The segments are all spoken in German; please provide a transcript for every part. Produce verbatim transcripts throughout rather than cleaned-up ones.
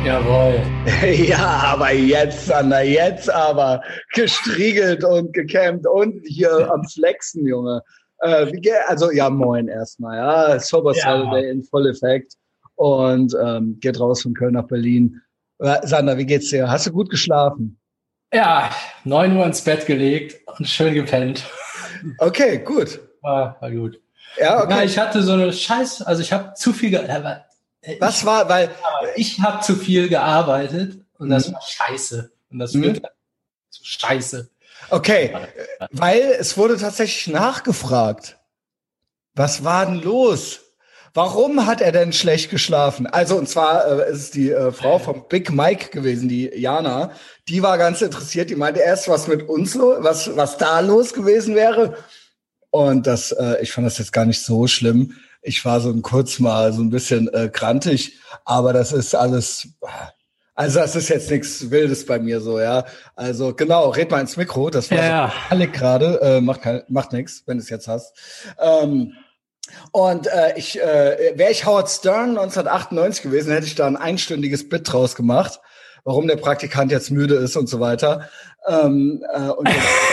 Jawohl. Ja, aber jetzt, Sander, jetzt aber gestriegelt und gekämmt und hier am Flexen, Junge. Äh, wie geht, also ja, moin erstmal, ja, Sober ja. Saturday in voll Effekt und ähm, geht raus von Köln nach Berlin. Äh, Sander, wie geht's dir? Hast du gut geschlafen? Ja, neun Uhr ins Bett gelegt und schön gepennt. Okay, gut. War, war gut. Ja, okay. Ja, ich hatte so eine Scheiß, also ich habe zu viel, ge- äh, Was ich, war, weil ich habe zu viel gearbeitet und das mhm. war scheiße und das Mhm. wird zu scheiße. Okay, weil es wurde tatsächlich nachgefragt. Was war denn los? Warum hat er denn schlecht geschlafen? Also, und zwar äh, ist es die äh, Frau vom Big Mike gewesen, die Jana. Die war ganz interessiert. Die meinte erst, was mit uns los, was, was da los gewesen wäre. Und das, äh, ich fand das jetzt gar nicht so schlimm. Ich war so ein kurz mal so ein bisschen äh, krantig, aber das ist alles, also das ist jetzt nichts Wildes bei mir so, ja. Also genau, red mal ins Mikro. Das war Ja. so alle gerade, äh, macht kein, macht nichts, wenn du es jetzt hast. Ähm, Und äh, ich äh, wäre ich Howard Stern neunzehnhundertachtundneunzig gewesen, hätte ich da ein einstündiges Bit draus gemacht, warum der Praktikant jetzt müde ist und so weiter. Ähm, äh, und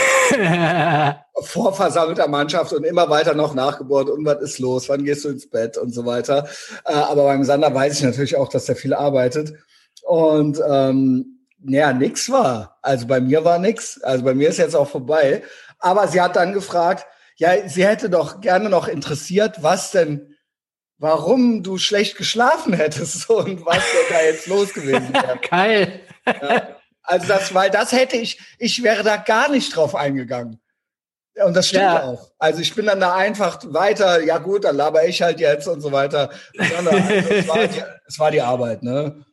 vor versammelter Mannschaft und immer weiter noch nachgebohrt und was ist los, wann gehst du ins Bett und so weiter. Äh, aber beim Sander weiß ich natürlich auch, dass er viel arbeitet. Und ähm, ja, nix war. Also bei mir war nix. Also bei mir ist jetzt auch vorbei. Aber sie hat dann gefragt, ja, sie hätte doch gerne noch interessiert, was denn, warum du schlecht geschlafen hättest und was denn da jetzt los gewesen wäre. Geil. Ja, also das, weil das hätte ich, ich wäre da gar nicht drauf eingegangen. Und das stimmt ja auch. Also ich bin dann da einfach weiter, ja gut, dann laber ich halt jetzt und so weiter. Also es, war die, es war die Arbeit, ne?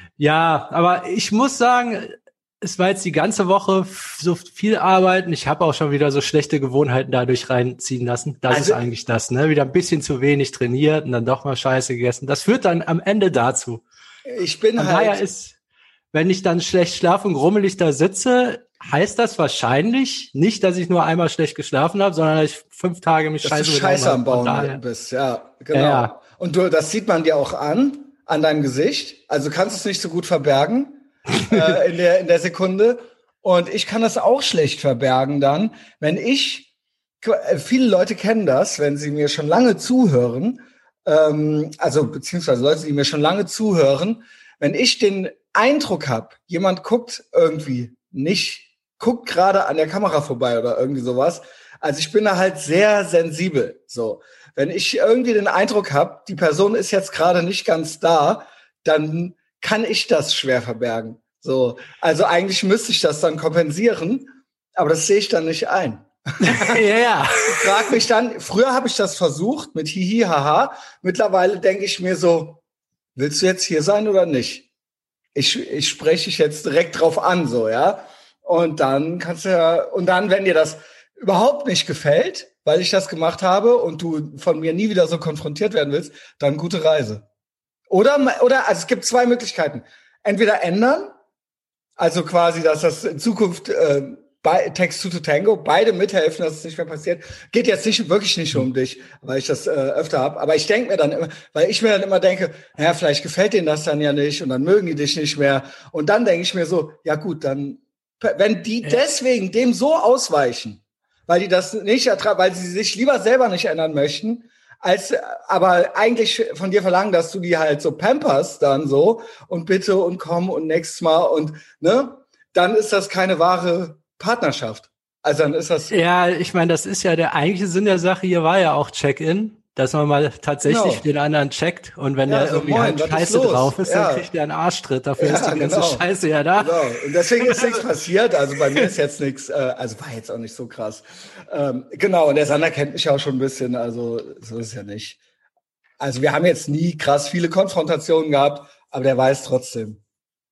Ja, aber ich muss sagen, es war jetzt die ganze Woche so viel Arbeit und ich habe auch schon wieder so schlechte Gewohnheiten dadurch reinziehen lassen. Das also, ist eigentlich das, ne? Wieder ein bisschen zu wenig trainiert und dann doch mal Scheiße gegessen. Das führt dann am Ende dazu. Ich bin Von halt. daher ist, wenn ich dann schlecht schlafe und grummelig da sitze, heißt das wahrscheinlich nicht, dass ich nur einmal schlecht geschlafen habe, sondern dass ich fünf Tage mich dass scheiße du Scheiße am Bauen bist. Ja, genau. Ja. Und du, das sieht man dir auch an, an deinem Gesicht. Also kannst es nicht so gut verbergen. äh, in der in der Sekunde und ich kann das auch schlecht verbergen dann, wenn ich viele Leute kennen das, wenn sie mir schon lange zuhören, ähm, also beziehungsweise Leute, die mir schon lange zuhören, wenn ich den Eindruck habe, jemand guckt irgendwie nicht, guckt gerade an der Kamera vorbei oder irgendwie sowas, also ich bin da halt sehr sensibel, so. Wenn ich irgendwie den Eindruck habe, die Person ist jetzt gerade nicht ganz da, dann kann ich das schwer verbergen. So, also eigentlich müsste ich das dann kompensieren, aber das sehe ich dann nicht ein. Ja, ja. Ich frage mich dann, früher habe ich das versucht mit Hihi, haha. Mittlerweile denke ich mir so, willst du jetzt hier sein oder nicht? Ich, ich spreche dich jetzt direkt drauf an, so, ja. Und dann kannst du ja, und dann, wenn dir das überhaupt nicht gefällt, weil ich das gemacht habe und du von mir nie wieder so konfrontiert werden willst, dann gute Reise. Oder, oder, also es gibt zwei Möglichkeiten. Entweder ändern, also quasi, dass das in Zukunft äh, bei Text to Tango, beide mithelfen, dass es nicht mehr passiert. Geht jetzt nicht wirklich nicht um dich, weil ich das äh, öfter habe. Aber ich denke mir dann immer, weil ich mir dann immer denke, naja, vielleicht gefällt denen das dann ja nicht und dann mögen die dich nicht mehr. Und dann denke ich mir so, ja gut, dann, wenn die deswegen dem so ausweichen, weil die das nicht ertragen, weil sie sich lieber selber nicht ändern möchten, als aber eigentlich von dir verlangen, dass du die halt so pamperst dann so und bitte und komm und nächstes Mal und ne, dann ist das keine wahre Partnerschaft. Also dann ist das. Ja, ich meine, das ist ja der eigentliche Sinn der Sache. Hier war ja auch Check-in, dass man mal tatsächlich genau. den anderen checkt und wenn ja, der so irgendwie moin, halt scheiße ist drauf ist, ja. dann kriegt der einen Arschtritt. Dafür ja, ist die ganze genau. Scheiße ja da. Genau. Und deswegen ist nichts passiert. Also bei mir ist jetzt nichts, äh, also war jetzt auch nicht so krass. Ähm, genau, und der Sander kennt mich auch schon ein bisschen, also so ist es ja nicht. Also wir haben jetzt nie krass viele Konfrontationen gehabt, aber der weiß trotzdem.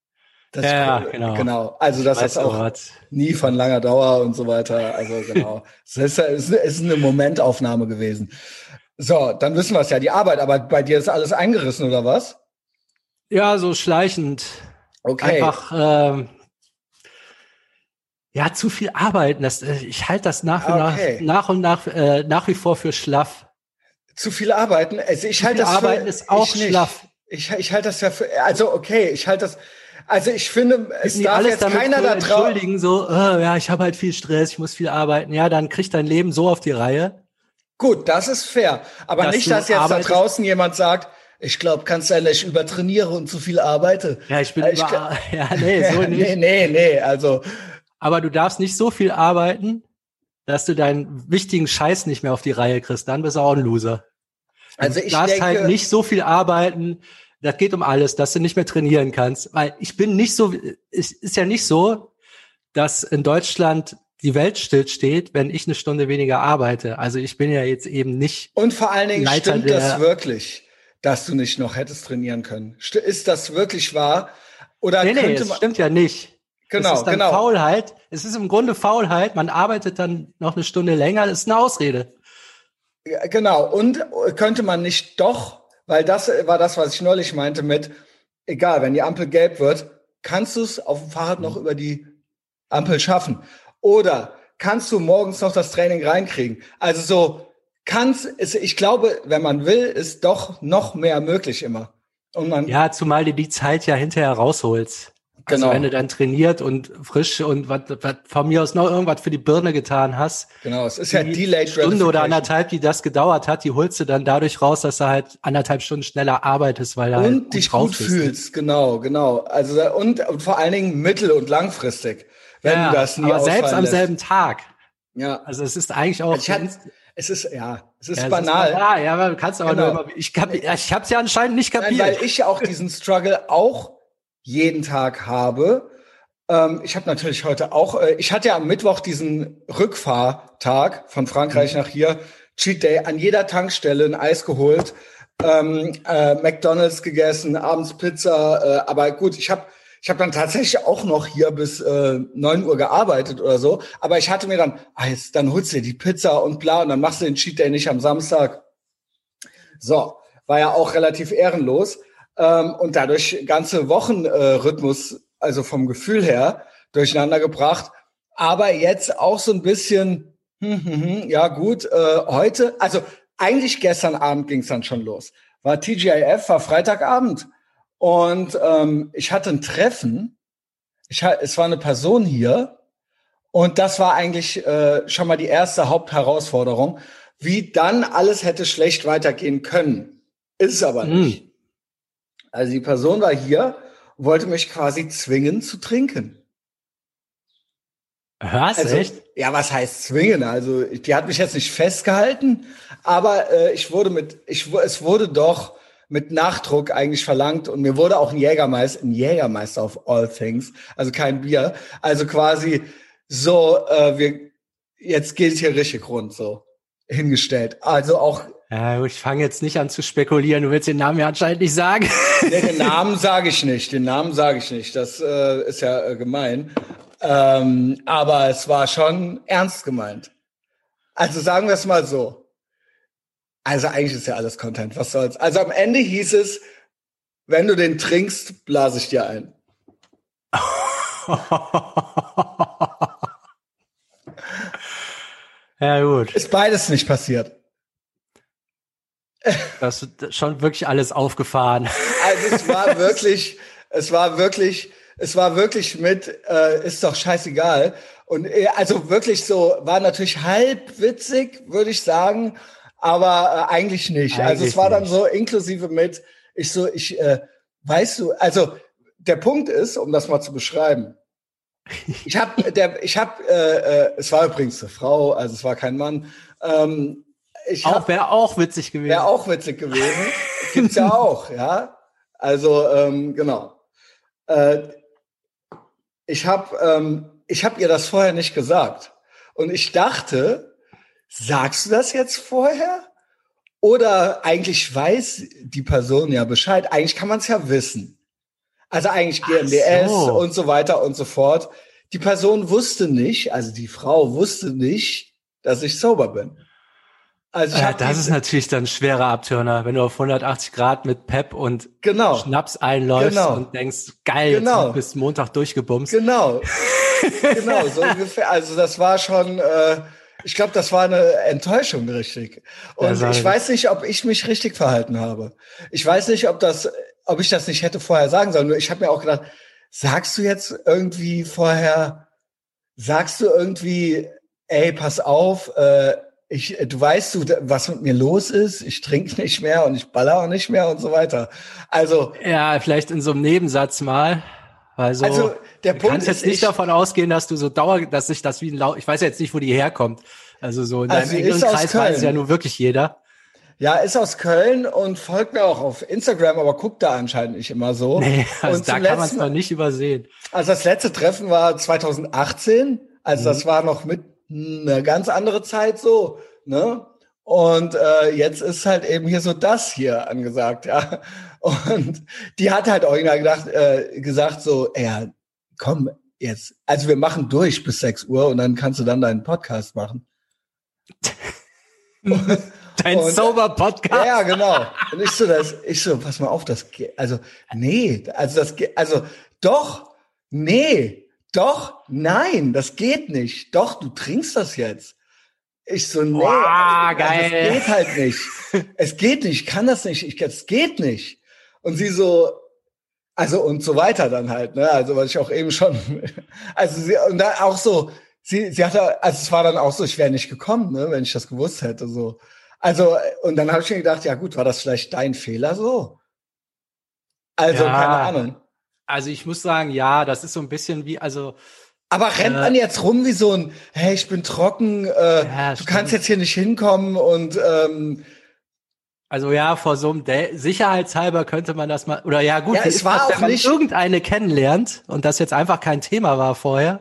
Das ja, cool. genau. Genau. Also das ist auch was. Nie von langer Dauer und so weiter. Also genau. Es ist, es ist eine Momentaufnahme gewesen. So, dann wissen wir es ja, die Arbeit. Aber bei dir ist alles eingerissen, oder was? Ja, so schleichend. Okay. Einfach, ähm, ja, zu viel arbeiten. Das, ich halte das nach, okay. nach, nach und nach äh, nach wie vor für schlaff. Zu viel arbeiten? Also ich halte das arbeiten für, ist auch ich schlaff. Ich, ich halte das ja für, also okay, ich halte das, also ich finde, es Müssen die darf alles jetzt damit keiner so da trauen. entschuldigen, so, äh, ja, ich habe halt viel Stress, ich muss viel arbeiten. Ja, dann krieg dein Leben so auf die Reihe, Gut, das ist fair. Aber dass nicht, du dass jetzt da arbeitest. draußen jemand sagt, ich glaube, kann sein, dass ich übertrainiere und zu viel arbeite. Ja, ich bin Äh, Ich, gl- über, ja, nee, so nee, nicht. nee, nee, also, Aber du darfst nicht so viel arbeiten, dass du deinen wichtigen Scheiß nicht mehr auf die Reihe kriegst. Dann bist du auch ein Loser. Du also ich darfst halt denke, nicht so viel arbeiten. Das geht um alles, dass du nicht mehr trainieren kannst. Weil ich bin nicht so, es ist ja nicht so, dass in Deutschland die Welt stillsteht, wenn ich eine Stunde weniger arbeite. Also ich bin ja jetzt eben nicht und vor allen Dingen Leiter stimmt das der. wirklich, dass du nicht noch hättest trainieren können. St- Ist das wirklich wahr? Oder Nee, nee, könnte es man, stimmt ja nicht. Es genau, ist dann genau. Faulheit. Es ist im Grunde Faulheit. Man arbeitet dann noch eine Stunde länger. Das ist eine Ausrede. Ja, genau. Und könnte man nicht doch, weil das war das, was ich neulich meinte mit, egal, wenn die Ampel gelb wird, kannst du es auf dem Fahrrad noch über die Ampel schaffen. Oder kannst du morgens noch das Training reinkriegen? Also so, kannst, ist, ich glaube, wenn man will, ist doch noch mehr möglich immer. Und man, Ja, zumal du die Zeit ja hinterher rausholst. Also genau, wenn du dann trainiert und frisch und was, was von mir aus noch irgendwas für die Birne getan hast, genau, es ist ja die Delayed Stunde oder Gratification. anderthalb, die das gedauert hat, die holst du dann dadurch raus, dass du halt anderthalb Stunden schneller arbeitest, weil du halt Und dich drauf gut bist. Ne? fühlst, genau, genau. Also und, und vor allen Dingen mittel- und langfristig, wenn Ja, du das nie aber selbst ausfallen am lässt. selben Tag. Ja, Also es ist eigentlich auch also ich für hatte, uns, es ist ja, es ist ja, es ist banal. banal, ja, aber du kannst aber Genau. nur immer, ich hab, ich hab's ja anscheinend nicht Nein, kapiert. weil ich ja auch diesen Struggle auch jeden Tag habe. Ähm, ich habe natürlich heute auch, äh, ich hatte ja am Mittwoch diesen Rückfahrtag von Frankreich Mhm. nach hier, Cheat Day, an jeder Tankstelle ein Eis geholt, ähm, äh, McDonald's gegessen, abends Pizza, äh, aber gut, ich habe ich hab dann tatsächlich auch noch hier bis äh, neun Uhr gearbeitet oder so, aber ich hatte mir dann, ah, jetzt, dann holst du dir die Pizza und bla und dann machst du den Cheat Day nicht am Samstag. So, war ja auch relativ ehrenlos ähm, und dadurch ganze Wochenrhythmus, äh, also vom Gefühl her, durcheinander gebracht. Aber jetzt auch so ein bisschen, hm, hm, hm, ja gut, äh, heute, also eigentlich gestern Abend ging es dann schon los. War T G I F, war Freitagabend und ähm, ich hatte ein Treffen. Ich, es war eine Person hier und das war eigentlich äh, schon mal die erste Hauptherausforderung, wie dann alles hätte schlecht weitergehen können. Ist es aber nicht. Mhm. Also die Person war hier und wollte mich quasi zwingen zu trinken. Was, Also, echt? ja, was heißt zwingen? Also, die hat mich jetzt nicht festgehalten, aber äh, ich wurde mit, ich, es wurde doch mit Nachdruck eigentlich verlangt und mir wurde auch ein Jägermeister, ein Jägermeister of all things, also kein Bier, also quasi so, äh, wir, jetzt geht es hier richtig rund, so hingestellt. Also auch, Ja, ich fange jetzt nicht an zu spekulieren. Du willst den Namen ja anscheinend nicht sagen. nee, den Namen sage ich nicht, den Namen sage ich nicht, das äh, ist ja äh, gemein. Ähm, aber es war schon ernst gemeint. Also sagen wir es mal so. Also eigentlich ist ja alles Content, was soll's. Also am Ende hieß es, wenn du den trinkst, blase ich dir ein. Ja, gut. Ist beides nicht passiert. Das ist schon wirklich alles aufgefahren. Also es war wirklich, es war wirklich, es war wirklich mit, äh, ist doch scheißegal. Und äh, also wirklich so, war natürlich halb witzig, würde ich sagen, aber äh, eigentlich nicht. Also Eigentlich es war dann nicht. so inklusive mit, ich so, ich, äh, weißt du, also der Punkt ist, um das mal zu beschreiben, ich habe, der, ich habe, äh, äh, es war übrigens eine Frau, also es war kein Mann. Ähm, ich Auch hab, wäre auch witzig gewesen. Wäre auch witzig gewesen. Gibt's ja auch, ja. Also ähm, genau. Äh, ich habe, ähm, ich habe ihr das vorher nicht gesagt und ich dachte, sagst du das jetzt vorher? Oder eigentlich weiß die Person ja Bescheid. Eigentlich kann man es ja wissen. Also eigentlich G M D S Ach so. und so weiter und so fort. Die Person wusste nicht, also die Frau wusste nicht, dass ich sober bin. Also ich Äh, habe das die, ist natürlich dann ein schwerer Abturner, wenn du auf hundertachtzig Grad mit Pep und genau, Schnaps einläufst genau, und denkst, geil, genau, jetzt bis Montag durchgebumst. genau, genau, so ungefähr. Also das war schon, äh, ich glaube, das war eine Enttäuschung, richtig. Und Also, ich weiß nicht, ob ich mich richtig verhalten habe. Ich weiß nicht, ob das, ob ich das nicht hätte vorher sagen sollen. Nur ich habe mir auch gedacht, sagst du jetzt irgendwie vorher, sagst du irgendwie, ey, pass auf, äh, ich, du weißt, du, was mit mir los ist, ich trinke nicht mehr und ich baller auch nicht mehr und so weiter. Also ja, vielleicht in so einem Nebensatz mal. Also, also der du Punkt kannst jetzt ist, nicht ich, davon ausgehen, dass du so dauer, dass sich das wie ein Lau, ich weiß jetzt nicht, wo die herkommt. Also so in also deinem sie engeren ist aus Kreis weiß es ja Köln. nur wirklich jeder. Ja, ist aus Köln und folgt mir auch auf Instagram, aber guckt da anscheinend nicht immer so. Nee, also Und da zum kann man es letzten, noch nicht übersehen. also das letzte Treffen war zwanzig achtzehn, also Mhm. das war noch mit eine ganz andere Zeit so, ne? Und äh, jetzt ist halt eben hier so das hier angesagt, ja. Und die hat halt original gedacht, äh, gesagt so, ja, komm jetzt, also wir machen durch bis sechs Uhr und dann kannst du dann deinen Podcast machen. Dein Und ja, ja, Sober-Podcast. genau. Und ich so, das, ich so, pass mal auf, das geht, also, nee, also das geht, also, doch, nee, doch, nein, das geht nicht. Doch, du trinkst das jetzt. Ich so, nee, Wow, also es geil. geht halt nicht. Es geht nicht, ich kann das nicht, ich, es geht nicht. Und sie so, also und so weiter dann halt, ne? Also was ich auch eben schon, also sie und dann auch so, sie sie hatte, also es war dann auch so, ich wäre nicht gekommen, ne, wenn ich das gewusst hätte so. Also und dann habe ich mir gedacht, ja gut, war das vielleicht dein Fehler so? Also keine Ja, Ahnung. also ich muss sagen, ja, das ist so ein bisschen wie, also, Aber rennt äh, man jetzt rum wie so ein, hey, ich bin trocken, äh, ja, du kannst stimmt. jetzt hier nicht hinkommen und ähm, Also ja, vor so einem Date, sicherheitshalber könnte man das mal, oder ja ja, gut, wie es ist das, war auch wenn man nicht. irgendeine kennenlernt und das jetzt einfach kein Thema war vorher?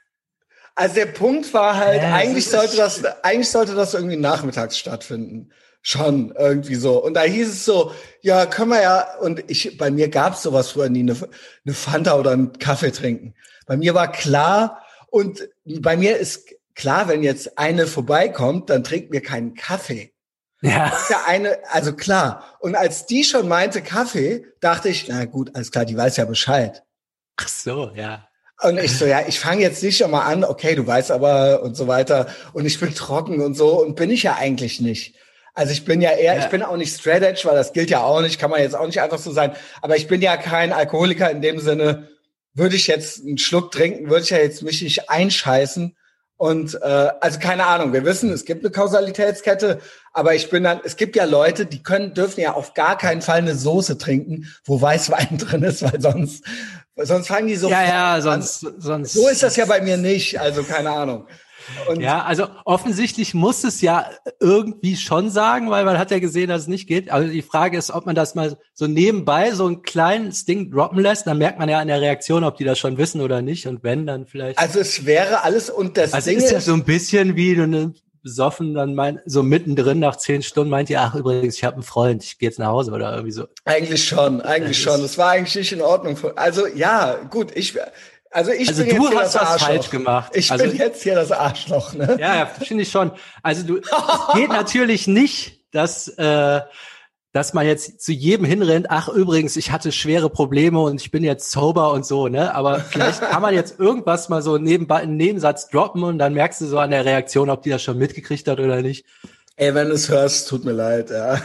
Also der Punkt war halt, Ja, das eigentlich ist, sollte ist das, eigentlich sollte das irgendwie nachmittags stattfinden. Schon irgendwie so. Und da hieß es so, ja, können wir ja, und ich, bei mir gab es sowas früher nie, eine, eine Fanta oder einen Kaffee trinken. Bei mir war klar, und bei mir ist klar, wenn jetzt eine vorbeikommt, dann trinkt mir keinen Kaffee. ja. Das ist ja eine, also klar. Und als die schon meinte Kaffee, dachte ich, na gut, alles klar, die weiß ja Bescheid. Ach so, ja. Und ich so, ja, ich fange jetzt nicht schon mal an, okay, du weißt aber und so weiter. Und ich bin trocken und so und bin ich ja eigentlich nicht. Also ich bin ja eher, Ja. ich bin auch nicht straight edge, weil das gilt ja auch nicht, kann man jetzt auch nicht einfach so sein. Aber ich bin ja kein Alkoholiker in dem Sinne, würde ich jetzt einen Schluck trinken, würde ich ja jetzt mich nicht einscheißen. Und äh, also keine Ahnung, wir wissen, es gibt eine Kausalitätskette, aber ich bin dann, es gibt ja Leute, die können, dürfen ja auf gar keinen Fall eine Soße trinken, wo Weißwein drin ist, weil sonst, sonst fangen die so Ja, ja, an. sonst, sonst. So ist das ja bei mir nicht, also keine Ahnung. Und Ja, also offensichtlich muss es ja irgendwie schon sagen, weil man hat ja gesehen, dass es nicht geht. Also die Frage ist, ob man das mal so nebenbei so ein kleines Ding droppen lässt, dann merkt man ja an der Reaktion, ob die das schon wissen oder nicht. Und wenn, dann vielleicht. also es wäre alles, und das Also Ding ist ja ist, so ein bisschen wie du ne, besoffen, dann mein, so mittendrin nach zehn Stunden meint ihr, ach übrigens, ich habe einen Freund, ich gehe jetzt nach Hause oder irgendwie so. eigentlich schon, eigentlich Das schon. ist, Das war eigentlich nicht in Ordnung. Also ja, gut, ich, also ich also bin jetzt du hier hast das was Arschloch. falsch gemacht. Ich Also bin jetzt hier das Arschloch, ne? ja, ja, finde ich schon. Also du, es geht natürlich nicht, dass äh, dass man jetzt zu jedem hinrennt, ach übrigens, ich hatte schwere Probleme und ich bin jetzt sober und so, ne? Aber vielleicht kann man jetzt irgendwas mal so nebenbei einen Nebensatz droppen und dann merkst du so an der Reaktion, ob die das schon mitgekriegt hat oder nicht. Ey, wenn du es hörst, tut mir leid, ja.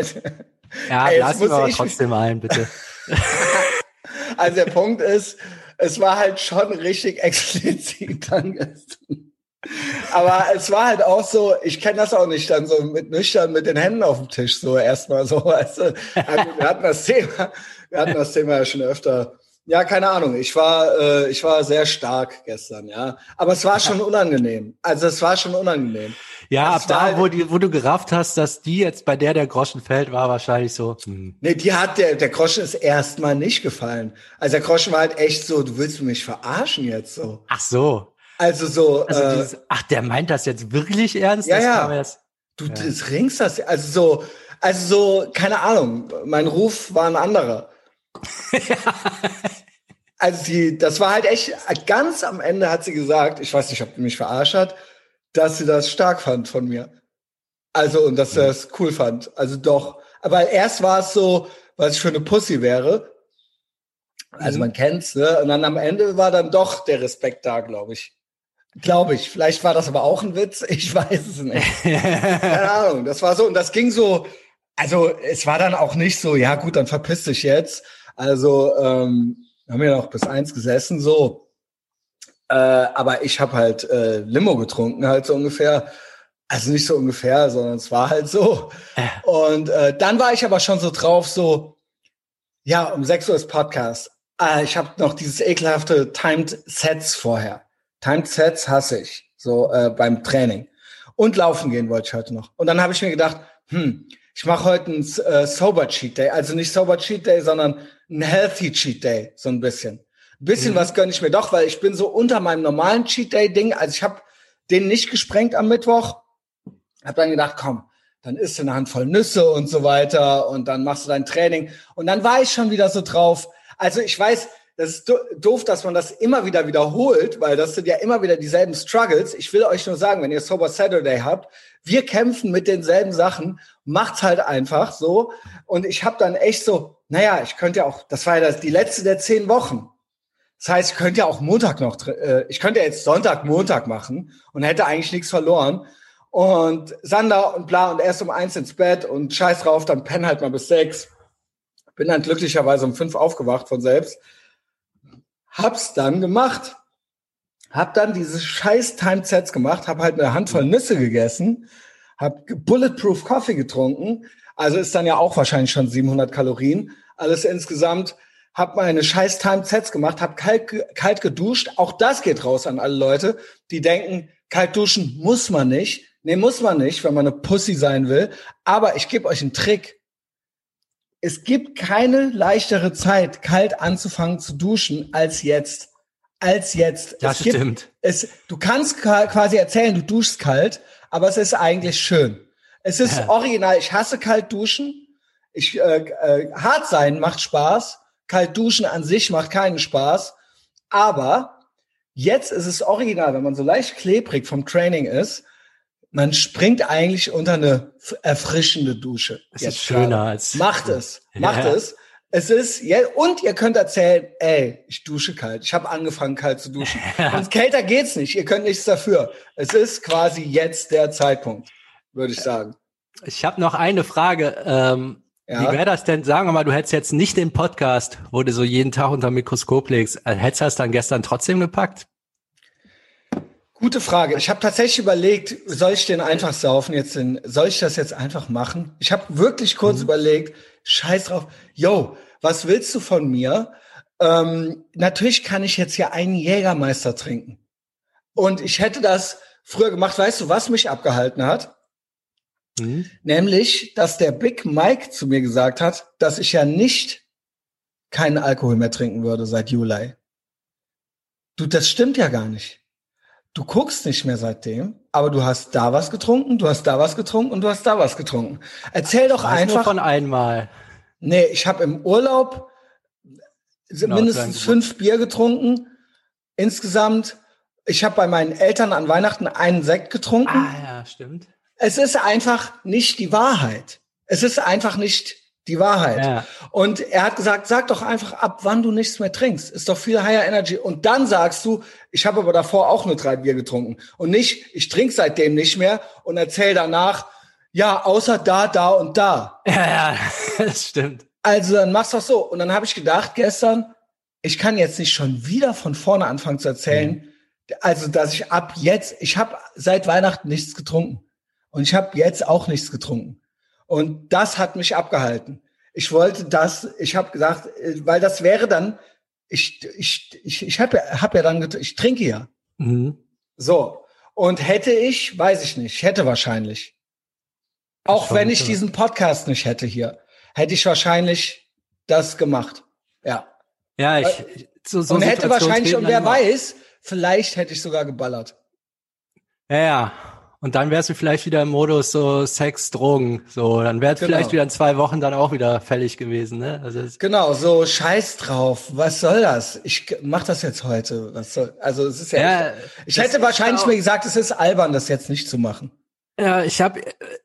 Ja, Ey, jetzt lass ihn muss aber ich, trotzdem ein, bitte. also der Punkt ist, es war halt schon richtig explizit dann gestern. Aber es war halt auch so, ich kenne das auch nicht, dann so mit nüchtern mit den Händen auf dem Tisch, so erstmal so, weißt du. Ja, gut, wir hatten das Thema, wir hatten das Thema ja schon öfter. Ja, keine Ahnung, ich war, äh, ich war sehr stark gestern, ja. Aber es war schon unangenehm. Also es war schon unangenehm. Ja, Das ab war da, halt, wo, die, wo du gerafft hast, dass die jetzt bei der der Groschen fällt, war wahrscheinlich so. Hm. nee, die hat, der, der Groschen ist erstmal nicht gefallen. Also der Groschen war halt echt so, du willst mich verarschen jetzt so. Ach so. Also so, Also äh, dieses, ach, der meint das jetzt wirklich ernst? ja, Das kam ja. erst. Du Ja. das ringst das, also so, also so, keine Ahnung, mein Ruf war ein anderer. Also die, das war halt echt, ganz am Ende hat sie gesagt, ich weiß nicht, ob die mich verarscht hat, dass sie das stark fand von mir. Also, und dass sie das cool fand. Also doch. Aber erst war es so, was ich für eine Pussy wäre. Also Mhm. man kennt's, ne? Und dann am Ende war dann doch der Respekt da, glaube ich. Glaube ich. Vielleicht war das aber auch ein Witz. Ich weiß es nicht. Keine Ahnung. Das war so, und das ging so, Also es war dann auch nicht so, ja gut, dann verpiss dich jetzt. Also ähm, haben wir noch bis eins gesessen, so. Äh, aber ich habe halt äh, Limo getrunken, halt so ungefähr. Also nicht so ungefähr, sondern es war halt so. Äh. Und äh, dann war ich aber schon so drauf, so, ja, um sechs Uhr ist Podcast. Äh, ich habe noch dieses ekelhafte Timed Sets vorher. Timed Sets hasse ich, so äh, beim Training. Und laufen gehen wollte ich heute noch. Und dann habe ich mir gedacht, hm, ich mache heute einen äh, Sober Cheat Day. Also nicht Sober Cheat Day, sondern ein Healthy Cheat Day, so ein bisschen. Ein bisschen mhm. was gönne ich mir doch, weil ich bin so unter meinem normalen Cheat Day Ding. Also ich habe den nicht gesprengt am Mittwoch. Hab dann gedacht, komm, dann isst du eine Handvoll Nüsse und so weiter und dann machst du dein Training. Und dann war ich schon wieder so drauf. Also ich weiß, das ist doof, dass man das immer wieder wiederholt, weil das sind ja immer wieder dieselben Struggles. Ich will euch nur sagen, wenn ihr Sober Saturday habt, wir kämpfen mit denselben Sachen, macht's halt einfach so. Und ich habe dann echt so, naja, ich könnte ja auch, das war ja das, die letzte der zehn Wochen. Das heißt, ich könnte ja auch Montag noch, äh, ich könnte ja jetzt Sonntag, Montag machen und hätte eigentlich nichts verloren. Und Sander und bla und erst um eins ins Bett und scheiß drauf, dann penn halt mal bis sechs. Bin dann glücklicherweise um fünf aufgewacht von selbst. Hab's dann gemacht. Hab dann diese scheiß Timed Sets gemacht, hab halt eine Handvoll Nüsse gegessen, hab Bulletproof Coffee getrunken, also ist dann ja auch wahrscheinlich schon siebenhundert Kalorien, alles insgesamt, hab meine scheiß Timed Sets gemacht, hab kalt, kalt geduscht, auch das geht raus an alle Leute, die denken, kalt duschen muss man nicht, nee, muss man nicht, wenn man eine Pussy sein will, aber ich gebe euch einen Trick. Es gibt keine leichtere Zeit, kalt anzufangen zu duschen, als jetzt. Als jetzt. Das es gibt, stimmt. Es, du kannst quasi erzählen, du duschst kalt, aber es ist eigentlich schön. Es ist ja. original. Ich hasse kalt duschen. Ich, äh, äh, hart sein macht Spaß. Kalt duschen an sich macht keinen Spaß. Aber jetzt ist es original, wenn man so leicht klebrig vom Training ist, man springt eigentlich unter eine erfrischende Dusche. Es ist schöner gerade. als... Macht es, macht ja. es. Es ist, ja, und ihr könnt erzählen, ey, ich dusche kalt. Ich habe angefangen, kalt zu duschen. Ja. Und kälter geht's nicht. Ihr könnt nichts dafür. Es ist quasi jetzt der Zeitpunkt, würde ich sagen. Ich habe noch eine Frage. Ähm, ja. Wie wäre das denn, sagen wir mal, du hättest jetzt nicht den Podcast, wo du so jeden Tag unter Mikroskop legst. Hättest du das dann gestern trotzdem gepackt? Gute Frage. Ich habe tatsächlich überlegt, soll ich den einfach saufen jetzt? Den, soll ich das jetzt einfach machen? Ich habe wirklich kurz mhm. überlegt, scheiß drauf. Yo, was willst du von mir? Ähm, natürlich kann ich jetzt hier einen Jägermeister trinken. Und ich hätte das früher gemacht. Weißt du, was mich abgehalten hat? Mhm. Nämlich, dass der Big Mike zu mir gesagt hat, dass ich ja nicht keinen Alkohol mehr trinken würde seit Juli. Du, das stimmt ja gar nicht. Du guckst nicht mehr seitdem, aber du hast da was getrunken, du hast da was getrunken und du hast da was getrunken. Erzähl doch einfach. Nur von einmal. Nee, ich habe im Urlaub genau, mindestens fünf Bier getrunken. Insgesamt, ich habe bei meinen Eltern an Weihnachten einen Sekt getrunken. Ah ja, stimmt. Es ist einfach nicht die Wahrheit. Es ist einfach nicht die Wahrheit. Ja. Und er hat gesagt, sag doch einfach ab, wann du nichts mehr trinkst. Ist doch viel higher energy. Und dann sagst du, ich habe aber davor auch nur drei Bier getrunken. Und nicht, ich trinke seitdem nicht mehr und erzähl danach, ja, außer da, da und da. Ja, ja, das stimmt. Also dann machst du das so. Und dann habe ich gedacht gestern, ich kann jetzt nicht schon wieder von vorne anfangen zu erzählen, mhm. also dass ich ab jetzt, ich habe seit Weihnachten nichts getrunken. Und ich habe jetzt auch nichts getrunken. Und das hat mich abgehalten. Ich wollte das, ich habe gesagt, weil das wäre dann, ich ich ich ich habe ja, hab ja dann, ich trinke ja. Mhm. So. Und hätte ich, weiß ich nicht, hätte wahrscheinlich. Auch wenn ich diesen Podcast nicht hätte hier, hätte ich wahrscheinlich das gemacht. Ja. Ja, ich, so, so und hätte wahrscheinlich, und wer weiß, vielleicht hätte ich sogar geballert. Ja, ja. Und dann wärst du vielleicht wieder im Modus so Sex, Drogen, so, dann wär's genau. vielleicht wieder in zwei Wochen dann auch wieder fällig gewesen, ne? Also genau, so Scheiß drauf, was soll das? Ich mach das jetzt heute, was soll, also es ist ja, ja ich, ich hätte wahrscheinlich mir gesagt, es ist albern, das jetzt nicht zu machen. Ja, ich habe,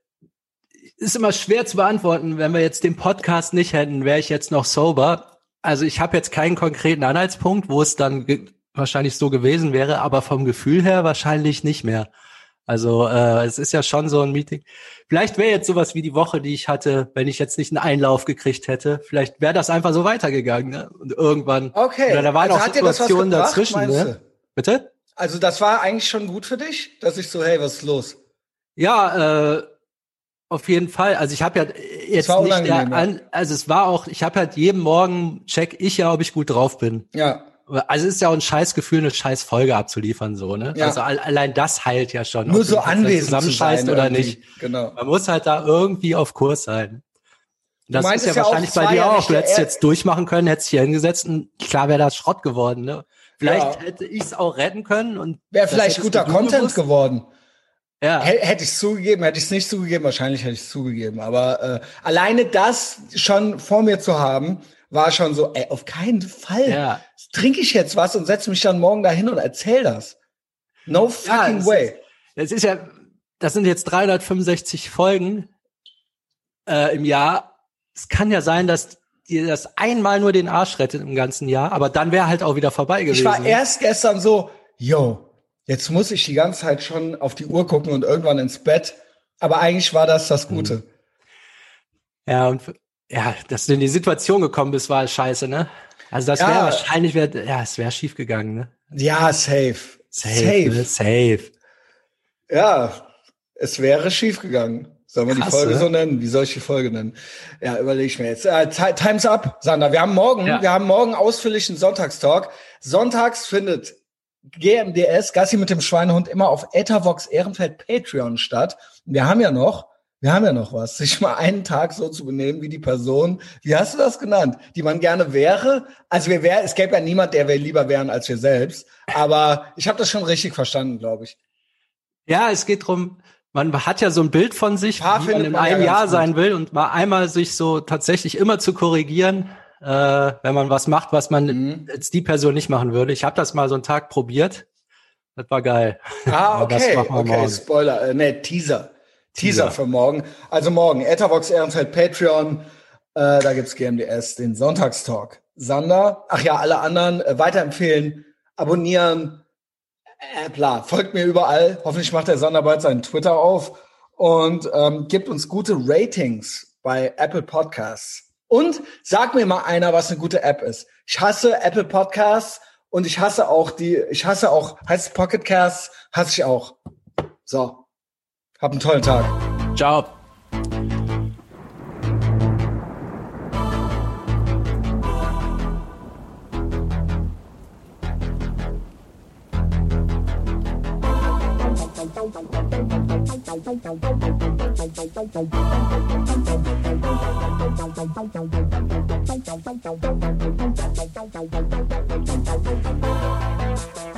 ist immer schwer zu beantworten, wenn wir jetzt den Podcast nicht hätten, wäre ich jetzt noch sober. Also ich habe jetzt keinen konkreten Anhaltspunkt, wo es dann ge- wahrscheinlich so gewesen wäre, aber vom Gefühl her wahrscheinlich nicht mehr. Also äh, es ist ja schon so ein Meeting. Vielleicht wäre jetzt sowas wie die Woche, die ich hatte, wenn ich jetzt nicht einen Einlauf gekriegt hätte. Vielleicht wäre das einfach so weitergegangen. Ne? Und irgendwann. Okay. Oder da waren Also auch hat dir das was Situationen gebracht, dazwischen. meinst Ne? du? Bitte? Also das war eigentlich schon gut für dich, dass ich so, hey, was ist los? Ja, äh, auf jeden Fall. Also ich habe ja jetzt war nicht der, unangenehm, ja. an, also es war auch, ich habe halt jeden Morgen check ich ja, ob ich gut drauf bin. Ja. Also es ist ja auch ein Scheißgefühl, eine scheiß Folge abzuliefern, so, ne? Ja. Also al- allein das heilt ja schon. Nur ob so du jetzt anwesend zu zusammenscheißt sein oder irgendwie. nicht. Genau. Man muss halt da irgendwie auf Kurs sein. Und das ist meintest ja ja auch, wahrscheinlich es bei war dir ja auch. nicht Du der hättest Er- jetzt durchmachen können, hättest hier hingesetzt und klar wäre das Schrott geworden, ne? Vielleicht Ja. hätte ich es auch retten können und Wäre das vielleicht hättest guter du Content gewusst. geworden. Ja. H- Hätte ich es zugegeben, hätte ich es nicht zugegeben, wahrscheinlich hätte ich es zugegeben. Aber äh, alleine das schon vor mir zu haben, war schon so, ey, auf keinen Fall Ja. trinke ich jetzt was und setze mich dann morgen dahin und erzähl das. No fucking es way. Ist, es ist ja, das sind jetzt dreihundertfünfundsechzig Folgen äh, im Jahr. Es kann ja sein, dass dir das einmal nur den Arsch rettet im ganzen Jahr, aber dann wäre halt auch wieder vorbei gewesen. Ich war erst gestern so, yo, jetzt muss ich die ganze Zeit schon auf die Uhr gucken und irgendwann ins Bett. Aber eigentlich war das das Gute. Mhm. Ja, und ja, dass du in die Situation gekommen bist, war scheiße, ne? Also das Ja. wäre wahrscheinlich, wär, ja, es wäre schief gegangen, ne? Ja, safe. Safe, Safe. ne? Safe. Ja, es wäre schief gegangen. Sollen wir Krass, die Folge ne? so nennen? Wie soll ich die Folge nennen? Ja, überlege ich mir jetzt. Äh, ti- Time's up, Sander. Wir haben morgen, Ja. wir haben morgen ausführlichen Sonntagstalk. Sonntags findet G M D S, Gassi mit dem Schweinehund, immer auf Ethervox Ehrenfeld Patreon statt. Wir haben ja noch, wir haben ja noch was, sich mal einen Tag so zu benehmen wie die Person, wie hast du das genannt, die man gerne wäre. Also wir wär, es gäbe ja niemand, der wir lieber wären als wir selbst. Aber ich habe das schon richtig verstanden, glaube ich. Ja, es geht drum, man hat ja so ein Bild von sich, Paar wie man findet in man ja einem ganz Jahr gut. sein will und mal einmal sich so tatsächlich immer zu korrigieren, äh, wenn man was macht, was man Mhm. jetzt die Person nicht machen würde. Ich habe das mal so einen Tag probiert. Das war geil. Ah, Aber das okay, machen wir okay, morgen. Spoiler, äh, nee, Teaser. Teaser Teaser. für morgen. Also morgen, Ethervox Ehrenfeld Patreon, äh, da gibt's G M D S, den Sonntagstalk. Sander, ach ja, alle anderen äh, weiterempfehlen, abonnieren, äh, bla, folgt mir überall. Hoffentlich macht der Sander bald seinen Twitter auf und ähm, gibt uns gute Ratings bei Apple Podcasts. Und sag mir mal einer, was eine gute App ist. Ich hasse Apple Podcasts und ich hasse auch die, ich hasse auch, heißt es Pocket Casts, hasse ich auch. So, hab einen tollen Tag. Ciao. Thank you.